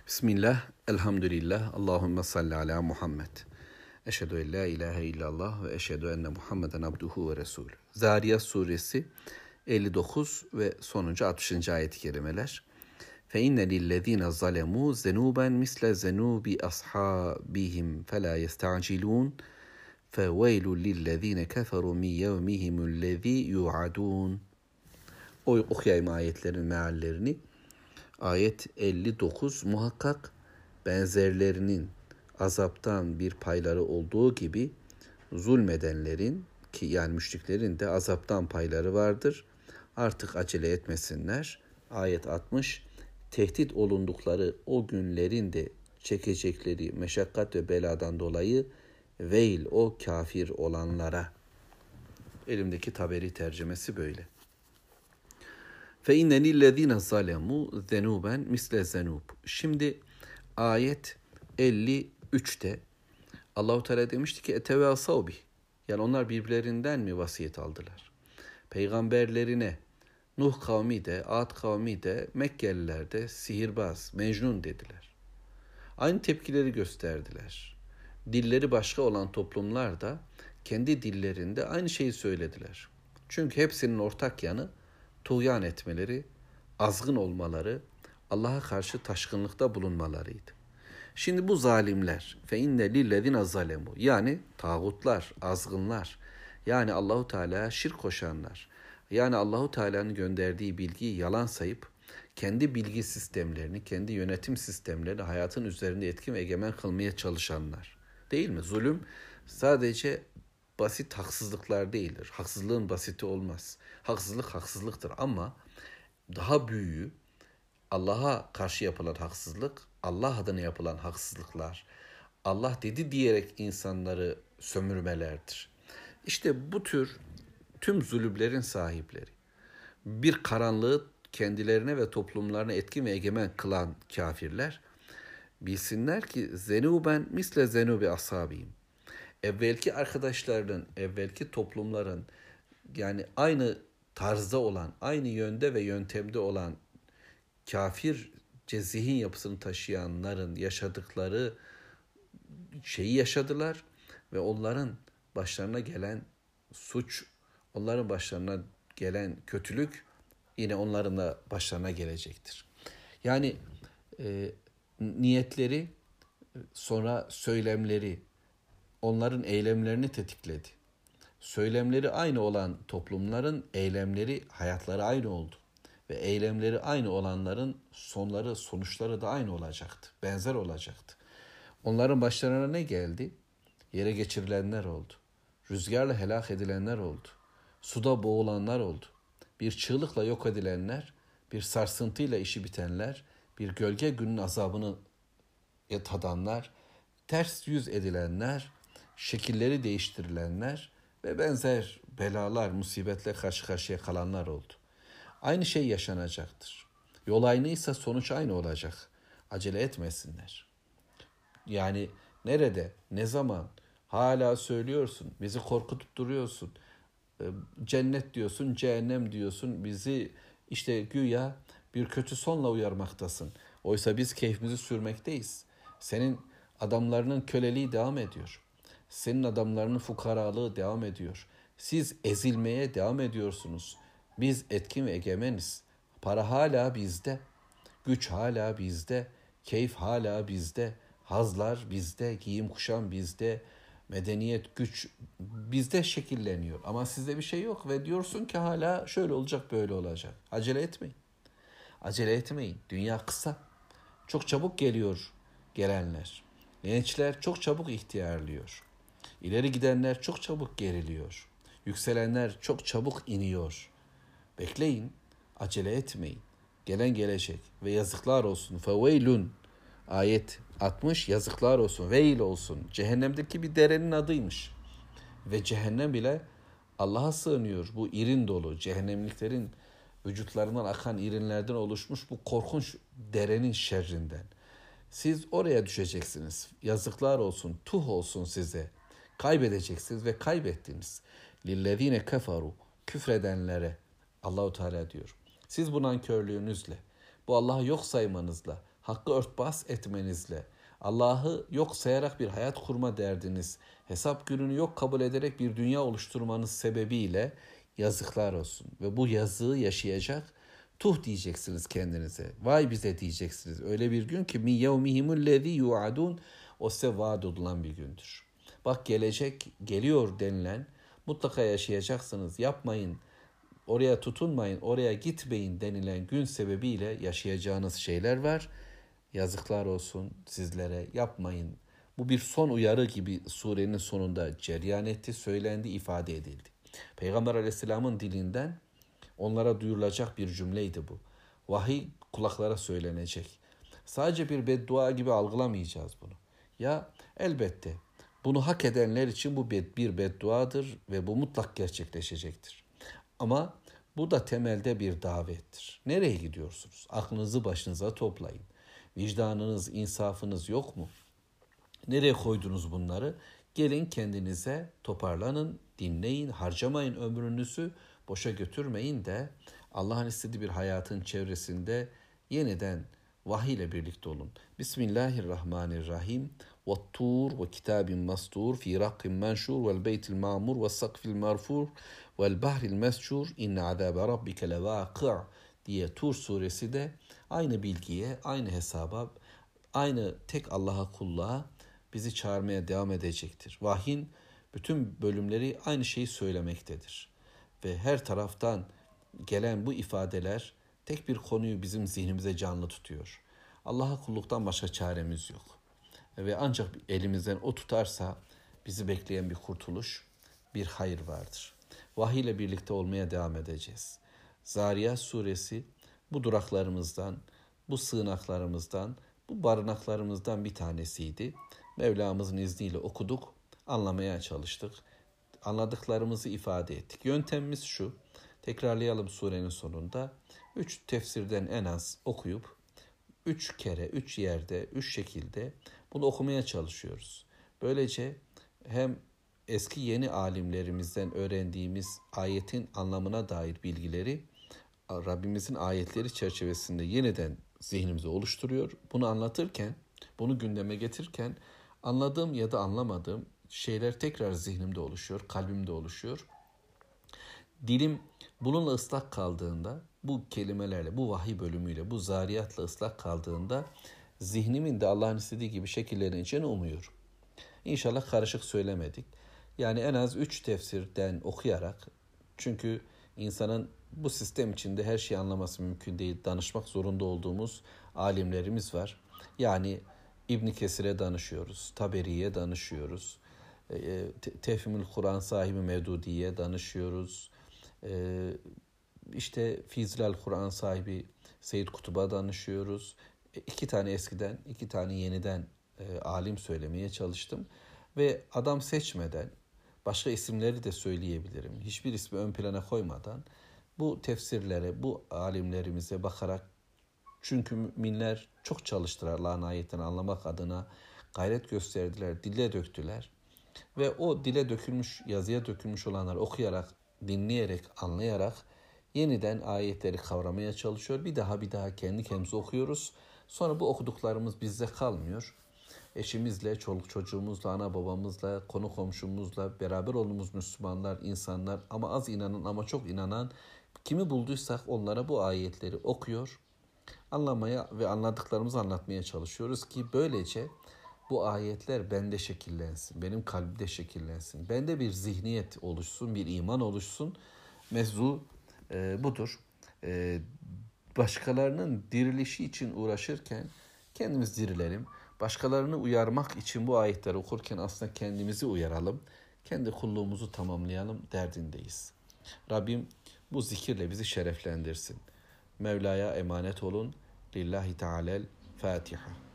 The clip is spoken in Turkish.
Bismillah, elhamdülillah, Allahümme salli ala Muhammed. Eşhedü en la ilahe illallah ve eşhedü enne Muhammeden abduhu ve resulü. Zariyat suresi 59 ve sonuncu 60. ayet-i kerimeler. فَاِنَّ لِلَّذ۪ينَ ظَلَمُوا زَنُوبًا مِثْلَ زَنُوبِ أَصْحَابِهِمْ فَلَا يَسْتَعْجِلُونَ فَوَيْلٌ لِلَّذ۪ينَ كَفَرُوا مِنْ يَوْمِهِمُ الَّذ۪ي يُوعَدُونَ. Okuyayım ayetlerin meallerini. Ayet 59, muhakkak benzerlerinin azaptan bir payları olduğu gibi zulmedenlerin ki yani müşriklerin de azaptan payları vardır. Artık acele etmesinler. Ayet 60, tehdit olundukları o günlerin de çekecekleri meşakkat ve beladan dolayı veil o kafir olanlara. Elimdeki Taberi tercümesi böyle. فَاِنَّ لِلَّذ۪ينَ ظَلَمُوا ذَنُوبًا مِثْلَ ذَنُوبٍ. Şimdi ayet 53'te Allah-u Teala demişti ki اَتَوَاسَوْ بِهِ. Yani onlar birbirlerinden mi vasiyet aldılar? Peygamberlerine Nuh kavmi de, Ad kavmi de, Mekkeliler de sihirbaz, mecnun dediler. Aynı tepkileri gösterdiler. Dilleri başka olan toplumlar da kendi dillerinde aynı şeyi söylediler. Çünkü hepsinin ortak yanı tuğyan etmeleri, azgın olmaları, Allah'a karşı taşkınlıkta bulunmalarıydı. Şimdi bu zalimler, فَاِنَّ لِلَّذِينَ ظَلَمُوا yani tağutlar, azgınlar, yani Allahu Teala'ya şirk koşanlar, yani Allahu Teala'nın gönderdiği bilgiyi yalan sayıp kendi bilgi sistemlerini, kendi yönetim sistemlerini hayatın üzerinde etkin ve egemen kılmaya çalışanlar. Değil mi? Zulüm sadece basit haksızlıklar değildir. Haksızlığın basiti olmaz. Haksızlık haksızlıktır ama daha büyüğü Allah'a karşı yapılan haksızlık, Allah adına yapılan haksızlıklar, Allah dedi diyerek insanları sömürmelerdir. İşte bu tür tüm zulümlerin sahipleri, bir karanlığı kendilerine ve toplumlarına etkin ve egemen kılan kafirler, bilsinler ki zenuben misle zenubi ashabiyim. Evvelki arkadaşlarının, evvelki toplumların yani aynı tarzda olan, aynı yönde ve yöntemde olan kafirce zihin yapısını taşıyanların yaşadıkları şeyi yaşadılar ve onların başlarına gelen suç, onların başlarına gelen kötülük yine onların da başlarına gelecektir. Yani niyetleri, sonra söylemleri, onların eylemlerini tetikledi. Söylemleri aynı olan toplumların eylemleri, hayatları aynı oldu. Ve eylemleri aynı olanların sonları, sonuçları da aynı olacaktı. Benzer olacaktı. Onların başlarına ne geldi? Yere geçirilenler oldu. Rüzgarla helak edilenler oldu. Suda boğulanlar oldu. Bir çığlıkla yok edilenler, bir sarsıntıyla işi bitenler, bir gölge günün azabını tadanlar, ters yüz edilenler, şekilleri değiştirilenler ve benzer belalar, musibetle karşı karşıya kalanlar oldu. Aynı şey yaşanacaktır. Yol aynıysa sonuç aynı olacak. Acele etmesinler. Yani nerede, ne zaman hala söylüyorsun, bizi korkutup duruyorsun. Cennet diyorsun, cehennem diyorsun, bizi işte güya bir kötü sonla uyarmaktasın. Oysa biz keyfimizi sürmekteyiz. Senin adamlarının köleliği devam ediyor. Senin adamlarının fukaralığı devam ediyor. Siz ezilmeye devam ediyorsunuz. Biz etkin ve egemeniz. Para hala bizde. Güç hala bizde. Keyif hala bizde. Hazlar bizde. Giyim kuşam bizde. Medeniyet, güç bizde şekilleniyor. Ama sizde bir şey yok ve diyorsun ki hala şöyle olacak, böyle olacak. Acele etmeyin. Acele etmeyin. Dünya kısa. Çok çabuk geliyor gelenler. Gençler çok çabuk ihtiyarlıyor. İleri gidenler çok çabuk geriliyor. Yükselenler çok çabuk iniyor. Bekleyin, acele etmeyin. Gelen gelecek ve yazıklar olsun. Feveylun. Ayet 60, yazıklar olsun, veil olsun. Cehennemdeki bir derenin adıymış. Ve cehennem bile Allah'a sığınıyor. Bu irin dolu, cehennemliklerin vücutlarından akan irinlerden oluşmuş bu korkunç derenin şerrinden. Siz oraya düşeceksiniz. Yazıklar olsun, tuh olsun size. Kaybedeceksiniz ve kaybettiniz. Lillezine keferu, küfredenlere Allahu Teala diyor. Siz bu nankörlüğünüzle, bu Allah'ı yok saymanızla, hakkı örtbas etmenizle, Allah'ı yok sayarak bir hayat kurma derdiniz, hesap gününü yok kabul ederek bir dünya oluşturmanız sebebiyle yazıklar olsun. Ve bu yazığı yaşayacak, tuh diyeceksiniz kendinize. Vay bize diyeceksiniz. Öyle bir gün ki min yevmihimullezî yu'adun, o size vaat edilen bir gündür. Bak gelecek geliyor denilen, mutlaka yaşayacaksınız, yapmayın, oraya tutunmayın, oraya gitmeyin denilen gün sebebiyle yaşayacağınız şeyler var. Yazıklar olsun sizlere, yapmayın. Bu bir son uyarı gibi surenin sonunda cereyan etti, söylendi, ifade edildi. Peygamber Aleyhisselam'ın dilinden onlara duyurulacak bir cümleydi bu. Vahiy kulaklara söylenecek. Sadece bir beddua gibi algılamayacağız bunu. Ya elbette bunu hak edenler için bu bir bedduadır ve bu mutlak gerçekleşecektir. Ama bu da temelde bir davettir. Nereye gidiyorsunuz? Aklınızı başınıza toplayın. Vicdanınız, insafınız yok mu? Nereye koydunuz bunları? Gelin kendinize toparlanın, dinleyin, harcamayın ömrünüzü, boşa götürmeyin de Allah'ın istediği bir hayatın çevresinde yeniden vahiy ile birlikte olun. Bismillahirrahmanirrahim. وَالطُّورِ وَكِتَابٍ مَسْطُورٍ فِي رَقٍّ مَنْشُورٍ وَالْبَيْتِ الْمَعْمُورِ وَالسَّقْفِ الْمَرْفُوعِ وَالْبَحْرِ الْمَسْجُورِ اِنَّ عَذَابَ رَبِّكَ لَوَاقِعٌ diye Tur suresi de aynı bilgiye, aynı hesaba, aynı tek Allah'a kulluğa bizi çağırmaya devam edecektir. Vahyin bütün bölümleri aynı şeyi söylemektedir. Ve her taraftan gelen bu ifadeler tek bir konuyu bizim zihnimize canlı tutuyor. Allah'a kulluktan başka çaremiz yok. Ve ancak elimizden o tutarsa bizi bekleyen bir kurtuluş, bir hayır vardır. Vahiy ile birlikte olmaya devam edeceğiz. Zariyat suresi bu duraklarımızdan, bu sığınaklarımızdan, bu barınaklarımızdan bir tanesiydi. Mevlamızın izniyle okuduk, anlamaya çalıştık. Anladıklarımızı ifade ettik. Yöntemimiz şu, tekrarlayalım surenin sonunda. 3 tefsirden en az okuyup, 3 kere, 3 yerde, 3 şekilde bunu okumaya çalışıyoruz. Böylece hem eski yeni alimlerimizden öğrendiğimiz ayetin anlamına dair bilgileri Rabbimizin ayetleri çerçevesinde yeniden zihnimize oluşturuyor. Bunu anlatırken, bunu gündeme getirirken anladığım ya da anlamadığım şeyler tekrar zihnimde oluşuyor, kalbimde oluşuyor. Dilim bununla ıslak kaldığında, bu kelimelerle, bu vahiy bölümüyle, bu zariyatla ıslak kaldığında zihnimin de Allah'ın istediği gibi şekilleneceğini umuyorum. İnşallah karışık söylemedik. Yani en az 3 tefsirden okuyarak, çünkü insanın bu sistem içinde her şeyi anlaması mümkün değil. Danışmak zorunda olduğumuz alimlerimiz var. Yani İbn Kesir'e danışıyoruz, Taberi'ye danışıyoruz, Tefhimül Kur'an sahibi Mevdudi'ye danışıyoruz. İşte Fizlal Kur'an sahibi Seyyid Kutub'a danışıyoruz. 2 tane eskiden, 2 tane yeniden alim söylemeye çalıştım. Ve adam seçmeden, başka isimleri de söyleyebilirim. Hiçbir ismi ön plana koymadan bu tefsirlere, bu alimlerimize bakarak, çünkü müminler çok çalıştılar Allah'ın ayetini anlamak adına, gayret gösterdiler, dile döktüler. Ve o dile dökülmüş, yazıya dökülmüş olanları okuyarak, dinleyerek, anlayarak yeniden ayetleri kavramaya çalışıyor. Bir daha kendi kendimize okuyoruz. Sonra bu okuduklarımız bizde kalmıyor. Eşimizle, çoluk çocuğumuzla, ana babamızla, konu komşumuzla, beraber olduğumuz Müslümanlar, insanlar, ama az inanan ama çok inanan, kimi bulduysak onlara bu ayetleri okuyor, anlamaya ve anladıklarımızı anlatmaya çalışıyoruz ki böylece bu ayetler bende şekillensin, benim kalbimde şekillensin, bende bir zihniyet oluşsun, bir iman oluşsun. Mevzu budur. Başkalarının dirilişi için uğraşırken kendimiz dirilelim. Başkalarını uyarmak için bu ayetleri okurken aslında kendimizi uyaralım. Kendi kulluğumuzu tamamlayalım derdindeyiz. Rabbim bu zikirle bizi şereflendirsin. Mevla'ya emanet olun. Lillahi Teala'l Fatiha.